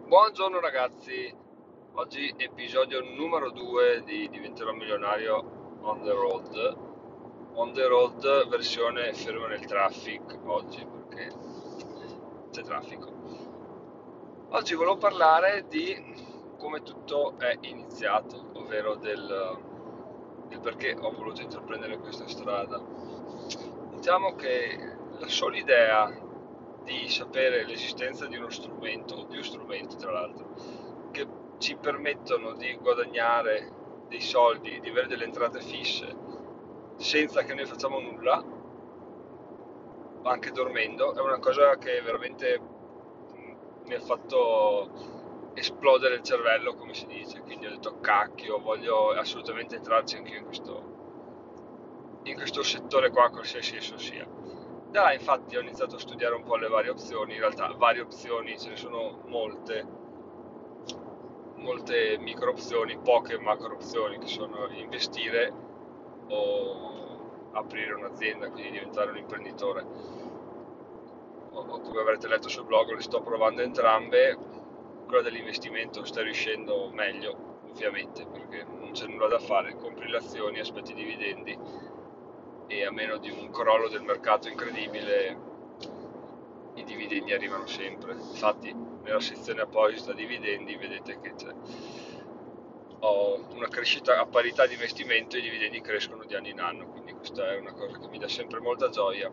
Buongiorno ragazzi, oggi episodio numero 2 di Diventerò milionario on the road. On the road versione fermo nel traffic oggi perché c'è traffico. Oggi volevo parlare di come tutto è iniziato, ovvero del perché ho voluto intraprendere questa strada. Diciamo che la sola idea di sapere l'esistenza di uno strumento, o più strumenti tra l'altro, che ci permettono di guadagnare dei soldi, di avere delle entrate fisse, senza che noi facciamo nulla, anche dormendo, è una cosa che veramente mi ha fatto esplodere il cervello, come si dice. Quindi ho detto cacchio, voglio assolutamente entrarci anche io in questo settore qua, qualsiasi esso sia. Da là infatti ho iniziato a studiare un po' le varie opzioni. In realtà varie opzioni, ce ne sono molte micro opzioni, poche macro opzioni, che sono investire o aprire un'azienda, quindi diventare un imprenditore. O come avrete letto sul blog, le sto provando entrambe. Quella dell'investimento sta riuscendo meglio, ovviamente, perché non c'è nulla da fare, compri le azioni, aspetti i dividendi e a meno di un crollo del mercato incredibile i dividendi arrivano sempre. Infatti nella sezione apposita dividendi vedete che ho una crescita a parità di investimento e i dividendi crescono di anno in anno, quindi questa è una cosa che mi dà sempre molta gioia.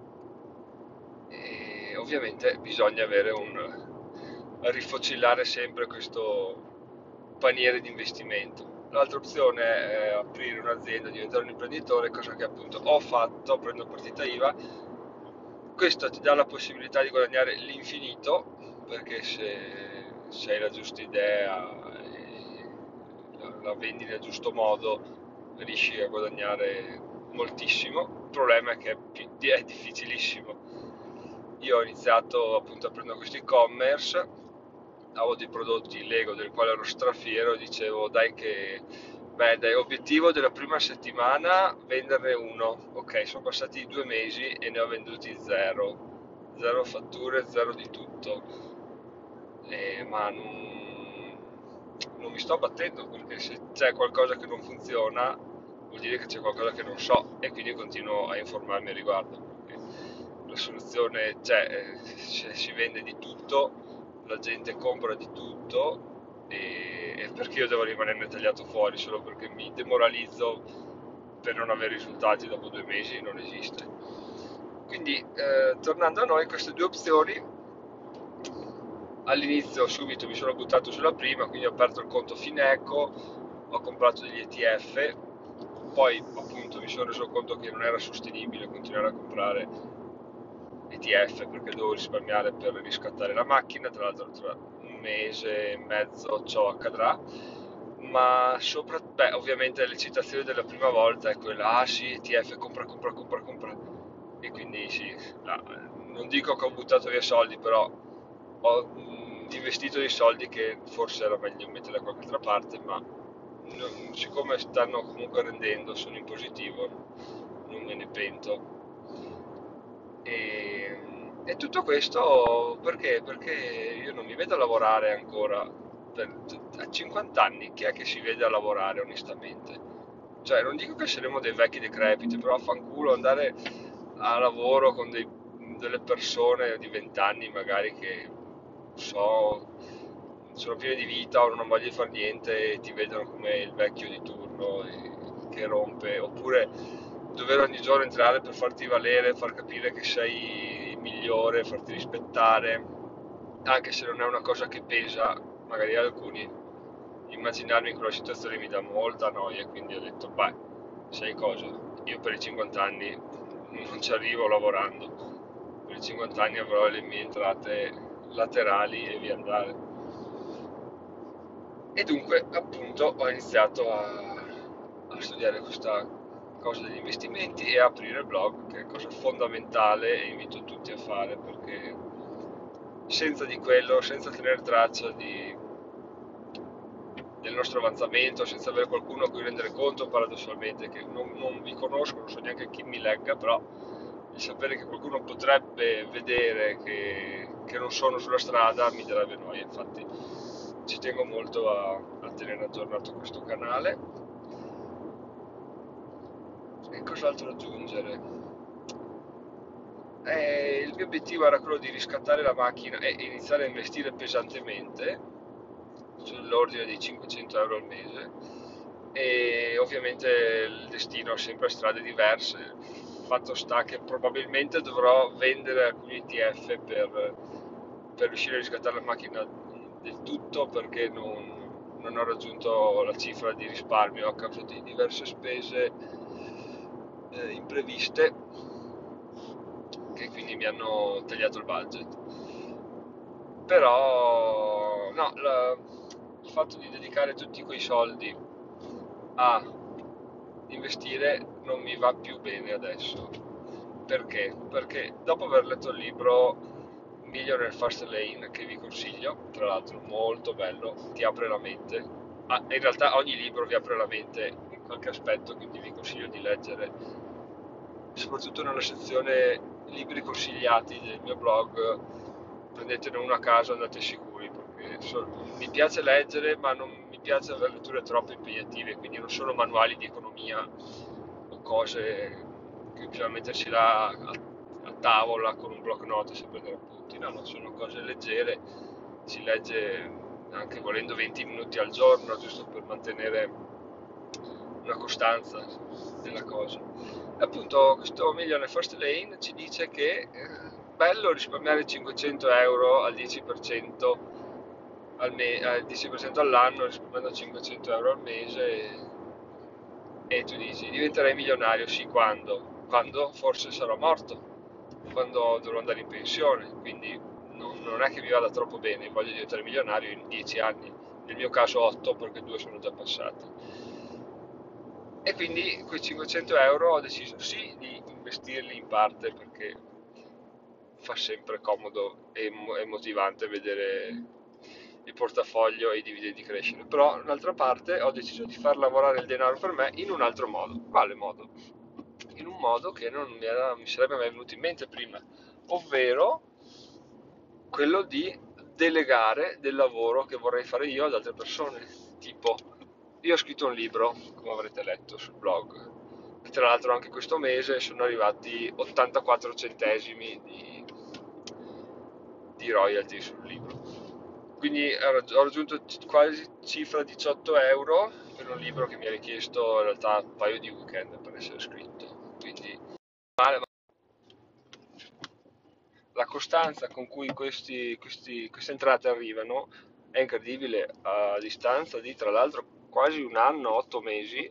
E ovviamente bisogna avere rifocillare sempre questo paniere di investimento. L'altra opzione è aprire un'azienda, diventare un imprenditore, cosa che appunto ho fatto, prendo partita IVA. Questo ti dà la possibilità di guadagnare l'infinito, perché se hai la giusta idea e la vendi nel giusto modo, riesci a guadagnare moltissimo. Il problema è che è difficilissimo. Io ho iniziato appunto aprendo questo e-commerce, avevo dei prodotti Lego del quale ero strafiero, dicevo dai che, beh dai, obiettivo della prima settimana venderne uno. Ok, sono passati 2 mesi e ne ho venduti zero fatture, zero di tutto. Ma non mi sto battendo, perché se c'è qualcosa che non funziona vuol dire che c'è qualcosa che non so, e quindi continuo a informarmi a riguardo, perché la soluzione c'è. Si vende di tutto, la gente compra di tutto, e perché io devo rimanerne tagliato fuori solo perché mi demoralizzo per non avere risultati dopo 2 mesi? Non esiste. Quindi tornando a noi, queste due opzioni, all'inizio subito mi sono buttato sulla prima, quindi ho aperto il conto Fineco, ho comprato degli ETF. Poi appunto mi sono reso conto che non era sostenibile continuare a comprare ETF, perché devo risparmiare per riscattare la macchina. Tra l'altro tra un mese e mezzo ciò accadrà. Ma ovviamente l'eccitazione della prima volta è quella: ah sì, ETF, compra, compra, compra, compra. E quindi sì, non dico che ho buttato via soldi, però ho investito dei soldi che forse era meglio mettere da qualche altra parte, ma siccome stanno comunque rendendo, sono in positivo, non me ne pento. E tutto questo perché? Perché io non mi vedo a lavorare ancora. A 50 anni chi è che si vede a lavorare onestamente? Cioè, non dico che saremo dei vecchi decrepiti, però affanculo andare a lavoro con delle persone di 20 anni magari che sono piene di vita o non hanno voglia di fare niente e ti vedono come il vecchio di turno che rompe. Oppure dover ogni giorno entrare per farti valere, far capire che sei il migliore, farti rispettare, anche se non è una cosa che pesa magari ad alcuni. Immaginarmi in quella situazione mi dà molta noia, quindi ho detto, beh, sai cosa, io per i 50 anni non ci arrivo lavorando, per i 50 anni avrò le mie entrate laterali e via andare. E dunque appunto ho iniziato a studiare questa cosa degli investimenti e a aprire il blog, che è cosa fondamentale e invito tutti a fare, perché senza di quello, senza tenere traccia del nostro avanzamento, senza avere qualcuno a cui rendere conto, paradossalmente, che non vi conosco, non so neanche chi mi legga, però il sapere che qualcuno potrebbe vedere che non sono sulla strada mi darebbe noia. Infatti ci tengo molto a tenere aggiornato questo canale. E cos'altro aggiungere? Il mio obiettivo era quello di riscattare la macchina e iniziare a investire pesantemente, sull'ordine dei 500 euro al mese, e ovviamente il destino ha sempre strade diverse. Fatto sta che probabilmente dovrò vendere alcuni ETF per riuscire a riscattare la macchina del tutto, perché non ho raggiunto la cifra di risparmio a causa di diverse spese impreviste, che quindi mi hanno tagliato il budget. Però no, il fatto di dedicare tutti quei soldi a investire non mi va più bene adesso. Perché? Perché dopo aver letto il libro Millionaire Fast Lane, che vi consiglio, tra l'altro molto bello, ti apre la mente. In realtà ogni libro vi apre la mente in qualche aspetto, quindi vi consiglio di leggere, soprattutto nella sezione libri consigliati del mio blog. Prendetene uno a caso, andate sicuri, perché mi piace leggere, ma non mi piace avere letture troppo impegnative, quindi non sono manuali di economia o cose che bisogna metterci là a tavola con un block notes e prendere appunti. No, sono cose leggere, si legge anche volendo 20 minuti al giorno, giusto per mantenere una costanza della cosa. E appunto questo Millionaire Fast Lane ci dice che bello risparmiare 500 euro al 10% al 10% all'anno, risparmiando 500 euro al mese, e tu dici diventerai milionario. Sì, quando forse sarò morto, quando dovrò andare in pensione, quindi non è che mi vada troppo bene, voglio diventare milionario in 10 anni, nel mio caso 8, perché 2 sono già passati. E quindi quei 500 euro ho deciso sì di investirli in parte, perché fa sempre comodo e motivante vedere il portafoglio e i dividendi crescere, però d'altra parte ho deciso di far lavorare il denaro per me in un altro modo. Quale modo? In un modo che non mi sarebbe mai venuto in mente prima, ovvero quello di delegare del lavoro che vorrei fare io ad altre persone. Tipo, io ho scritto un libro, come avrete letto sul blog, che tra l'altro anche questo mese sono arrivati 84 centesimi di royalty sul libro, quindi ho raggiunto quasi cifra 18 euro per un libro che mi ha richiesto in realtà un paio di weekend per essere scritto, quindi male. La costanza con cui queste entrate arrivano è incredibile. A distanza di, tra l'altro, quasi un anno, 8 mesi,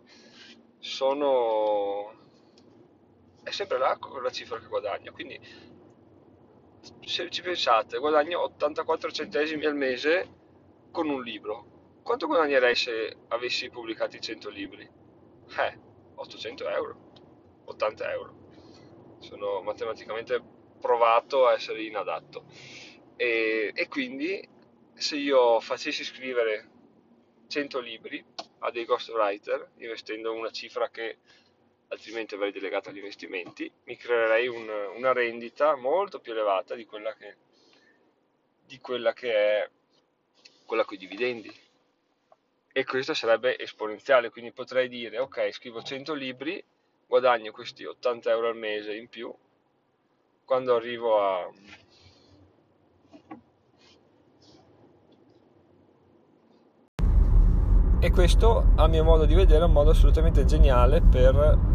è sempre là la cifra che guadagno. Quindi, se ci pensate, guadagno 84 centesimi al mese con un libro. Quanto guadagnerei se avessi pubblicati 100 libri? 800 euro, 80 euro. Sono matematicamente provato a essere inadatto, e quindi se io facessi scrivere 100 libri a dei ghostwriter, investendo una cifra che altrimenti avrei delegato agli investimenti, mi creerei una rendita molto più elevata di quella che è quella con i dividendi, e questo sarebbe esponenziale. Quindi potrei dire ok, scrivo 100 libri, guadagno questi 80 euro al mese in più. Quando arrivo a e questo, a mio modo di vedere, è un modo assolutamente geniale per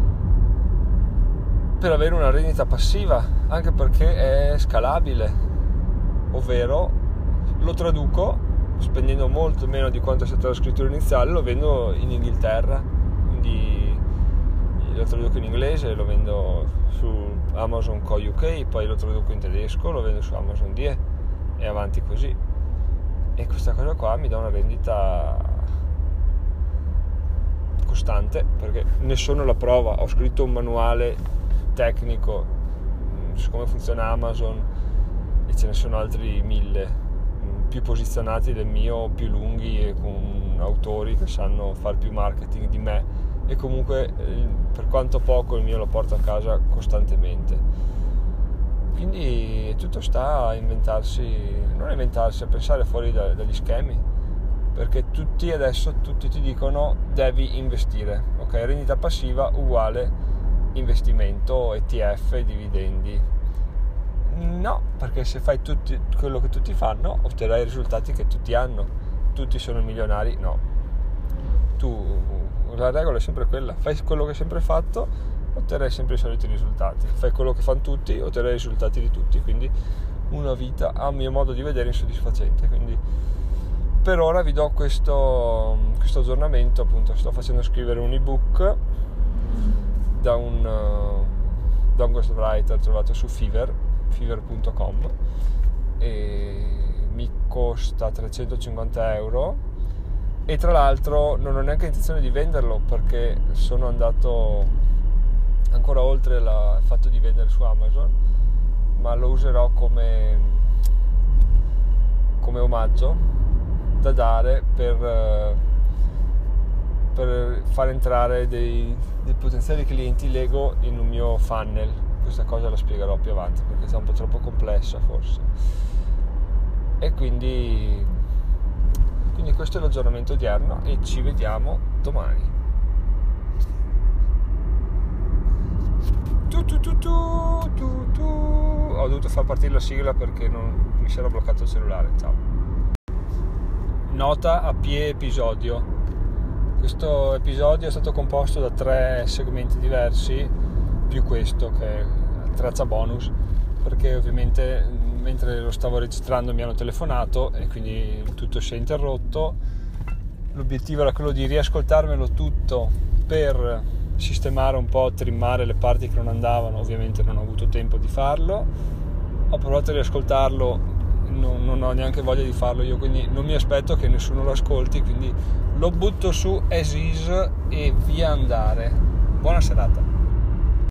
avere una rendita passiva, anche perché è scalabile, ovvero lo traduco spendendo molto meno di quanto è stata la scrittura iniziale, lo vendo in Inghilterra, quindi lo traduco in inglese, lo vendo su Amazon Co UK, poi lo traduco in tedesco, lo vendo su Amazon DE e avanti così, e questa cosa qua mi dà una rendita costante, perché ne sono la prova. Ho scritto un manuale tecnico su come funziona Amazon e ce ne sono altri 1000 più posizionati del mio, più lunghi e con autori che sanno fare più marketing di me, e comunque per quanto poco il mio lo porto a casa costantemente. Quindi tutto sta a a pensare fuori dagli schemi, perché tutti ti dicono devi investire, ok? Rendita passiva uguale investimento, ETF, dividendi. No, perché se fai quello che tutti fanno otterrai i risultati che tutti hanno. Tutti sono milionari? No. La regola è sempre quella: fai quello che hai sempre fatto, otterrai sempre i soliti risultati. Fai quello che fanno tutti, otterrai i risultati di tutti. Quindi una vita, a mio modo di vedere, insoddisfacente. Quindi per ora vi do questo aggiornamento. Appunto, sto facendo scrivere un ebook da un ghostwriter trovato su fiverr.com, e mi costa 350 euro, e tra l'altro non ho neanche intenzione di venderlo, perché sono andato ancora oltre il fatto di vendere su Amazon, ma lo userò come omaggio da dare per far entrare dei potenziali clienti Lego in un mio funnel. Questa cosa la spiegherò più avanti, perché è un po' troppo complessa forse. E quindi questo è l'aggiornamento odierno, e ci vediamo domani. Ho dovuto far partire la sigla perché non mi si era bloccato il cellulare. Ciao. Nota a piè episodio. Questo episodio è stato composto da 3 segmenti diversi, più questo che è traccia bonus, perché ovviamente mentre lo stavo registrando mi hanno telefonato e quindi tutto si è interrotto. L'obiettivo era quello di riascoltarmelo tutto per sistemare un po', trimmare le parti che non andavano. Ovviamente non ho avuto tempo di farlo, ho provato a riascoltarlo, non ho neanche voglia di farlo io, quindi non mi aspetto che nessuno lo ascolti, quindi lo butto su as is e via andare. Buona serata.